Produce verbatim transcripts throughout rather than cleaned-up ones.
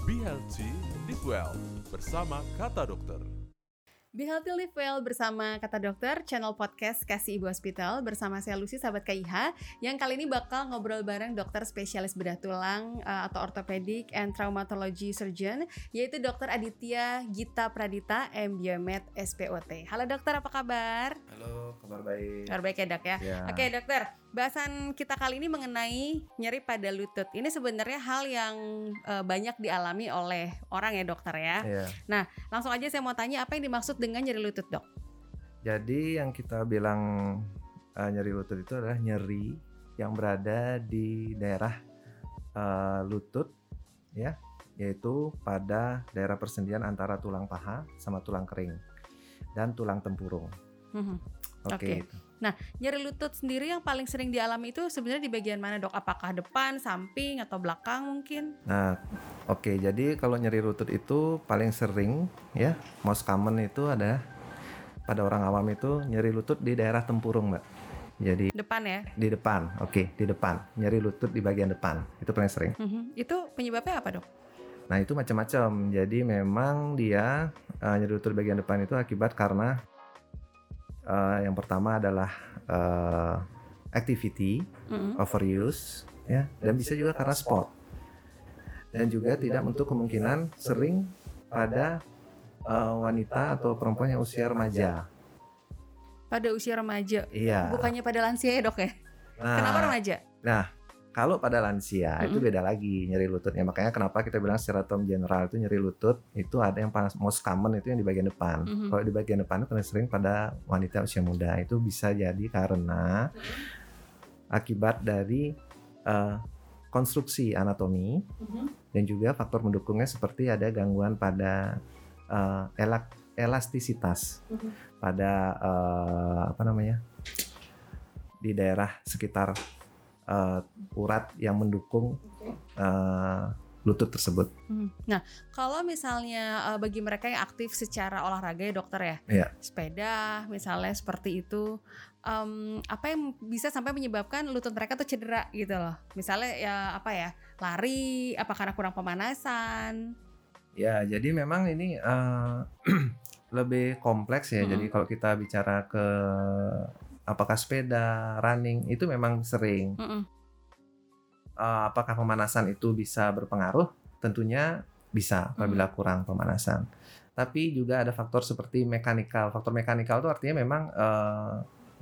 Be Healthy, Live Well bersama Kata Dokter. Be Healthy Live Well bersama Kata Dokter, channel podcast Kasih Ibu Hospital bersama saya Lucy, sahabat K I H, yang kali ini bakal ngobrol bareng dokter spesialis bedah tulang uh, atau orthopedic and traumatology surgeon, yaitu dokter Aditya Gita Pradita, M D Med S P O T. Halo dokter, apa kabar? Halo, kabar baik. Kabar baik ya dok ya? Ya. Oke dokter, bahasan kita kali ini mengenai nyeri pada lutut. Ini sebenarnya hal yang uh, banyak dialami oleh orang ya dokter ya. Ya. Nah, langsung aja saya mau tanya, apa yang dimaksud dengan nyeri lutut dok? Jadi yang kita bilang uh, nyeri lutut itu adalah nyeri yang berada di daerah uh, lutut, ya, yaitu pada daerah persendian antara tulang paha sama tulang kering dan tulang tempurung. Mm-hmm. Oke. Oke. Okay. Nah, nyeri lutut sendiri yang paling sering dialami itu sebenarnya di bagian mana dok? Apakah depan, samping, atau belakang mungkin? Nah, oke. Okay, jadi kalau nyeri lutut itu paling sering, ya, most common itu ada pada orang awam itu nyeri lutut di daerah tempurung, mbak. Jadi depan ya? Di depan, oke, okay, di depan. Nyeri lutut di bagian depan itu paling sering. Mm-hmm. Itu penyebabnya apa dok? Nah itu macam-macam. Jadi memang dia uh, nyeri lutut di bagian depan itu akibat karena Uh, yang pertama adalah uh, activity, mm-hmm. overuse, ya, dan bisa juga karena sport. Dan juga tidak untuk kemungkinan sering pada uh, wanita atau perempuan yang usia remaja. Pada usia remaja? Iya. Bukannya pada lansia ya dok ya? Nah, kenapa remaja? Nah, kalau pada lansia mm-hmm. itu beda lagi nyeri lututnya. Makanya kenapa kita bilang secara term general itu nyeri lutut itu ada yang most common itu yang di bagian depan. Mm-hmm. Kalau di bagian depan itu paling sering pada wanita usia muda. Itu bisa jadi karena mm-hmm. akibat dari uh, konstruksi anatomi mm-hmm. dan juga faktor mendukungnya seperti ada gangguan pada uh, elak- elastisitas mm-hmm. pada uh, apa namanya di daerah sekitar Uh, urat yang mendukung uh, lutut tersebut. Hmm. Nah, kalau misalnya uh, bagi mereka yang aktif secara olahraga ya dokter ya, yeah. sepeda misalnya seperti itu, um, apa yang bisa sampai menyebabkan lutut mereka tuh cedera gitu loh? Misalnya ya apa ya, lari, apa karena kurang pemanasan? Ya, jadi memang ini uh, lebih kompleks ya. Mm-hmm. Jadi kalau kita bicara ke apakah sepeda, running itu memang sering. Uh, apakah pemanasan itu bisa berpengaruh? Tentunya bisa apabila mm. kurang pemanasan. Tapi juga ada faktor seperti mekanikal. Faktor mekanikal itu artinya memang uh,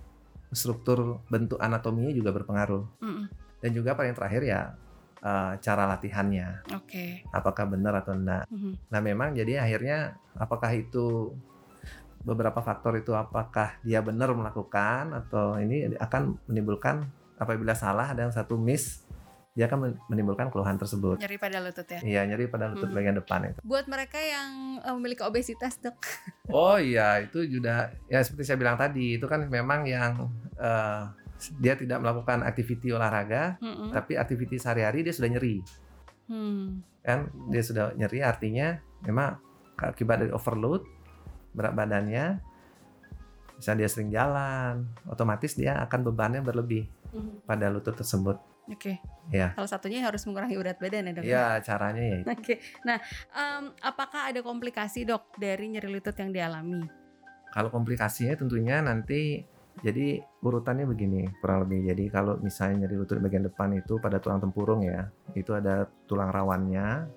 struktur bentuk anatominya juga berpengaruh. Mm. Dan juga paling terakhir ya uh, cara latihannya. Okay. Apakah benar atau enggak. Mm-hmm. Nah memang jadi akhirnya apakah itu beberapa faktor itu apakah dia benar melakukan atau ini akan menimbulkan apabila salah ada yang satu miss dia akan menimbulkan keluhan tersebut. Nyeri pada lutut ya? Iya, nyeri pada lutut hmm. bagian depan itu. Buat mereka yang memiliki obesitas dok? Oh iya, itu juga ya seperti saya bilang tadi itu kan memang yang uh, dia tidak melakukan aktiviti olahraga, hmm. tapi aktiviti sehari-hari dia sudah nyeri. Hmm. Kan dia sudah nyeri artinya memang akibat dari overload berat badannya, misalnya dia sering jalan, otomatis dia akan bebannya berlebih mm-hmm. pada lutut tersebut. Oke. Okay. Ya. Salah satunya harus mengurangi berat badan ya dok? Iya, caranya ya. Oke. Okay. Nah, um, apakah ada komplikasi dok dari nyeri lutut yang dialami? Kalau komplikasinya tentunya nanti, jadi urutannya begini kurang lebih. Jadi kalau misalnya nyeri lutut bagian depan itu pada tulang tempurung ya, itu ada tulang rawannya,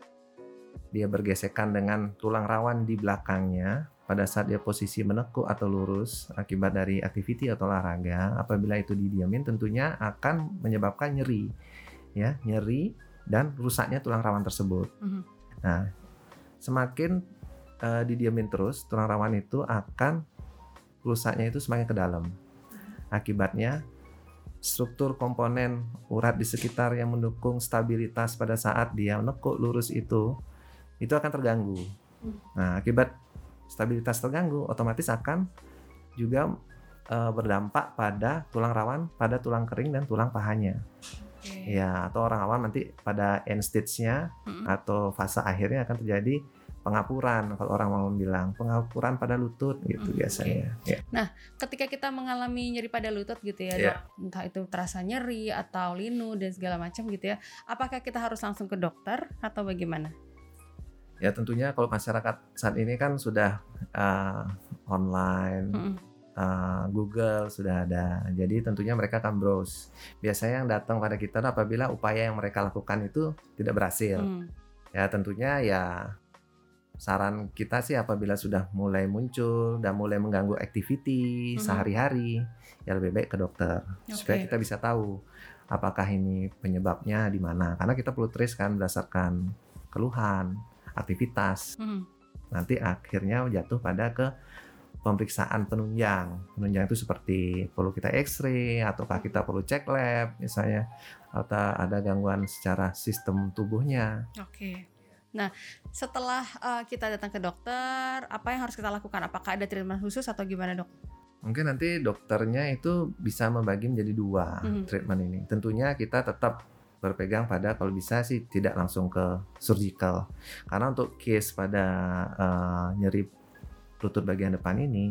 dia bergesekan dengan tulang rawan di belakangnya. Pada saat dia posisi menekuk atau lurus akibat dari aktiviti atau olahraga, apabila itu didiamin tentunya akan menyebabkan nyeri, ya nyeri dan rusaknya tulang rawan tersebut. Mm-hmm. Nah, semakin uh, didiamin terus, tulang rawan itu akan rusaknya itu semakin ke dalam. Akibatnya struktur komponen urat di sekitar yang mendukung stabilitas pada saat dia menekuk lurus itu, itu akan terganggu. Nah, akibat stabilitas terganggu, otomatis akan juga e, berdampak pada tulang rawan, pada tulang kering dan tulang pahanya. Okay. Ya, atau orang awam nanti pada end stage-nya mm-hmm. atau fase akhirnya akan terjadi pengapuran, kalau orang mau bilang pengapuran pada lutut gitu mm-hmm. biasanya. Ya. Nah, ketika kita mengalami nyeri pada lutut gitu ya, yeah. dok, entah itu terasa nyeri atau linu dan segala macam gitu ya, apakah kita harus langsung ke dokter atau bagaimana? Ya tentunya kalau masyarakat saat ini kan sudah uh, online, Mm-mm. uh, Google sudah ada. Jadi tentunya mereka akan browse. Biasanya yang datang pada kita apabila upaya yang mereka lakukan itu tidak berhasil. Mm. Ya tentunya ya saran kita sih apabila sudah mulai muncul dan mulai mengganggu aktiviti Mhm. sehari-hari, ya lebih baik ke dokter supaya Oke. kita bisa tahu apakah ini penyebabnya di mana. Karena kita perlu trace kan berdasarkan keluhan, aktivitas. Mm. Nanti akhirnya jatuh pada ke pemeriksaan penunjang. Penunjang itu seperti perlu kita X-ray ataukah kita perlu cek lab misalnya, atau ada gangguan secara sistem tubuhnya. Oke. Nah, setelah uh, kita datang ke dokter, apa yang harus kita lakukan? Apakah ada treatment khusus atau gimana, Dok? Mungkin nanti dokternya itu bisa membagi menjadi dua Mhm. treatment ini. Tentunya kita tetap berpegang pada kalau bisa sih tidak langsung ke surgical. Karena untuk case pada uh, nyeri lutut bagian depan ini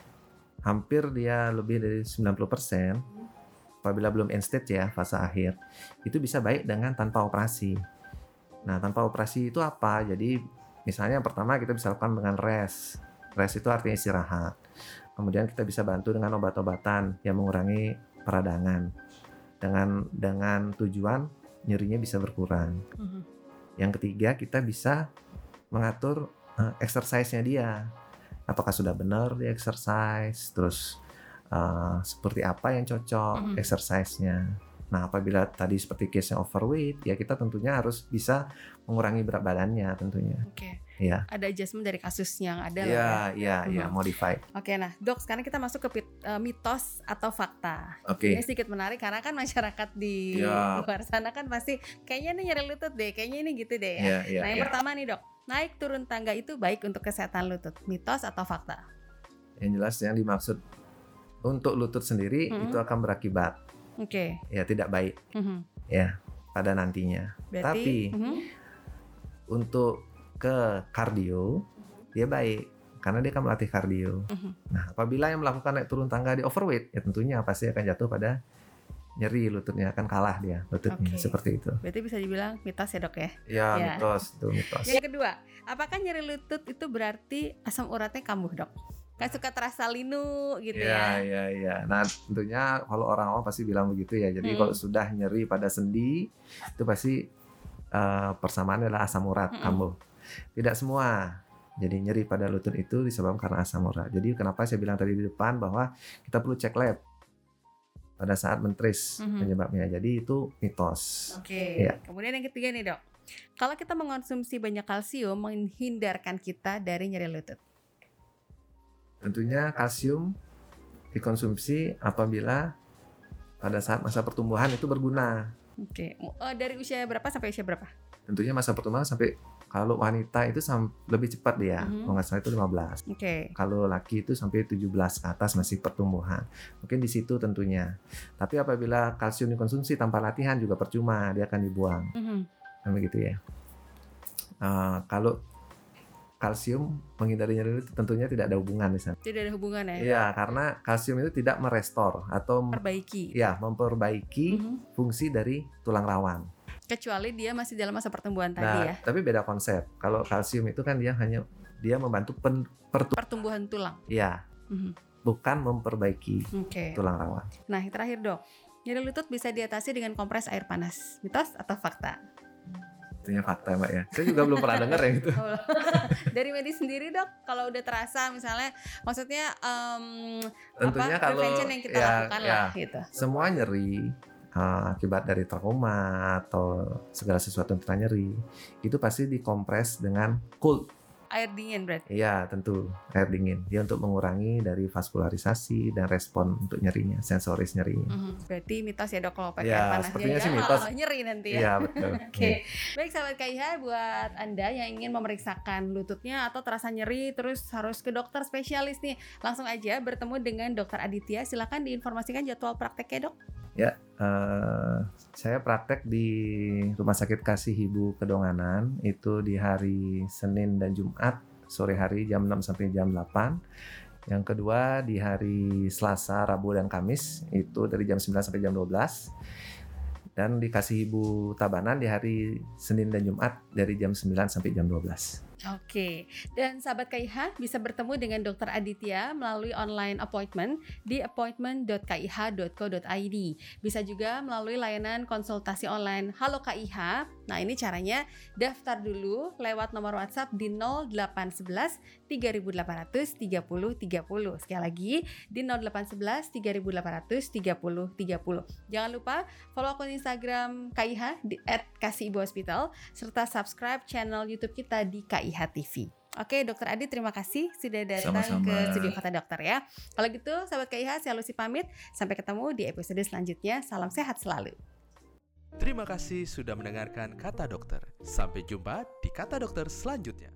hampir dia lebih dari sembilan puluh persen apabila belum end stage ya, fase akhir, itu bisa baik dengan tanpa operasi. Nah, tanpa operasi itu apa? Jadi misalnya yang pertama kita bisa lakukan dengan rest. Rest itu artinya istirahat. Kemudian kita bisa bantu dengan obat-obatan yang mengurangi peradangan. Dengan dengan tujuan nyerinya bisa berkurang. Mhm. Yang ketiga, kita bisa mengatur uh, exercise-nya dia. Apakah sudah benar di exercise, terus uh, seperti apa yang cocok Mhm. exercise-nya. Nah, apabila tadi seperti case-nya overweight, ya kita tentunya harus bisa mengurangi berat badannya tentunya. Oke. Ya. Ada adjustment dari kasus yang ada lah Iya, ya. iya, iya, Mhm. modified. Oke, nah Dok, sekarang kita masuk ke pit- eh, mitos atau fakta. Oke. Ini sedikit menarik karena kan masyarakat di Ya. luar sana kan pasti kayaknya ini nyeri lutut deh, kayaknya ini gitu deh ya. Iya, iya, Nah yang iya. pertama nih Dok, naik turun tangga itu baik untuk kesehatan lutut, mitos atau fakta? Yang jelas yang dimaksud untuk lutut sendiri Mhm. itu akan berakibat Oke. ya tidak baik Mhm. ya pada nantinya. Berarti, Tapi mhm. untuk ke kardio dia baik karena dia akan melatih kardio. Mhm. Nah, apabila yang melakukan naik turun tangga di overweight, ya tentunya pasti akan jatuh pada nyeri lututnya, akan kalah dia lututnya. Oke. Seperti itu. Berarti bisa dibilang mitos ya Dok ya. Ya, Ya. mitos, itu mitos. Yang kedua, apakah nyeri lutut itu berarti asam uratnya kambuh Dok? Kan suka terasa linu gitu Ya, ya. ya, ya. Nah, tentunya kalau orang awam pasti bilang begitu ya. Jadi Hmm. kalau sudah nyeri pada sendi, itu pasti eh, persamaannya adalah asam urat Mm-mm. kambuh. Tidak semua. Jadi nyeri pada lutut itu disebabkan karena asam urat. Jadi kenapa saya bilang tadi di depan bahwa kita perlu cek lab pada saat mentrace Mhm. penyebabnya. Jadi itu mitos. Oke. Iya. Kemudian yang ketiga nih Dok, kalau kita mengonsumsi banyak kalsium menghindarkan kita dari nyeri lutut. Tentunya kalsium dikonsumsi apabila pada saat masa pertumbuhan itu berguna. Oke. Eh, dari usia berapa sampai usia berapa? Tentunya masa pertumbuhan sampai kalau wanita itu sam- lebih cepat dia, Mhm. kalau nggak salah itu lima belas. Oke. Kalau laki itu sampai tujuh belas ke atas masih pertumbuhan. Mungkin di situ tentunya. Tapi apabila kalsium dikonsumsi tanpa latihan juga percuma, dia akan dibuang. Mhm. Kan begitu ya. Eh, kalau kalsium menghindari nyeri itu tentunya tidak ada hubungan di sana. Tidak ada hubungan ya. Iya, karena kalsium itu tidak merestor atau Perbaiki. ya memperbaiki Mhm. fungsi dari tulang rawan. Kecuali dia masih dalam masa pertumbuhan tadi Nah, ya. tapi beda konsep. Kalau kalsium itu kan dia hanya dia membantu pen, pertu- Pertumbuhan tulang. ya, Mhm. bukan memperbaiki Oke. tulang rawan. Nah, yang terakhir Dok, nyeri lutut bisa diatasi dengan kompres air panas. Mitos atau fakta? Itunya fakta, Mbak ya. Saya juga belum pernah dengar yang itu. Oh, dari medis sendiri Dok, kalau udah terasa misalnya, maksudnya em, Tentunya apa kalau prevention yang kita ya, lakukan ya, lah gitu. semua nyeri uh, akibat dari trauma atau segala sesuatu yang terkena nyeri itu pasti dikompres dengan cold. Air dingin berarti. Iya, tentu air dingin. Dia untuk mengurangi dari vaskularisasi dan respon untuk nyerinya, sensoris nyerinya. Mhm. Berarti mitos ya Dok kalau pakai Ya, air panas sepertinya sih malah mitos. tambah nyeri nanti ya. Iya, betul. Oke, baik sahabat K I H, buat Anda yang ingin memeriksakan lututnya atau terasa nyeri terus harus ke dokter spesialis nih, langsung aja bertemu dengan Dokter Aditya. Silakan diinformasikan jadwal prakteknya Dok. Ya, eh, saya praktek di Rumah Sakit Kasih Ibu Kedonganan itu di hari Senin dan Jumat sore hari jam enam sampai jam delapan. Yang kedua di hari Selasa, Rabu dan Kamis itu dari jam sembilan sampai jam dua belas. Dan di Kasih Ibu Tabanan di hari Senin dan Jumat dari jam sembilan sampai jam dua belas. Oke, dan sahabat K I H bisa bertemu dengan dokter Aditya melalui online appointment di appointment dot k i h dot co dot i d. Bisa juga melalui layanan konsultasi online Halo K I H. Nah, ini caranya daftar dulu lewat nomor WhatsApp di nol delapan satu satu tiga delapan nol nol tiga nol tiga nol. Sekali lagi di nol delapan satu satu tiga delapan nol nol tiga nol tiga nol. Jangan lupa follow akun Instagram K I H di et kasih ibu hospital serta subscribe channel YouTube kita di K I H T V. Oke, Dokter Adi, terima kasih sudah datang Sama-sama. ke studio Kata Dokter ya. Kalau gitu, sahabat K I H, saya Lucy pamit. Sampai ketemu di episode selanjutnya. Salam sehat selalu. Terima kasih sudah mendengarkan Kata Dokter. Sampai jumpa di Kata Dokter selanjutnya.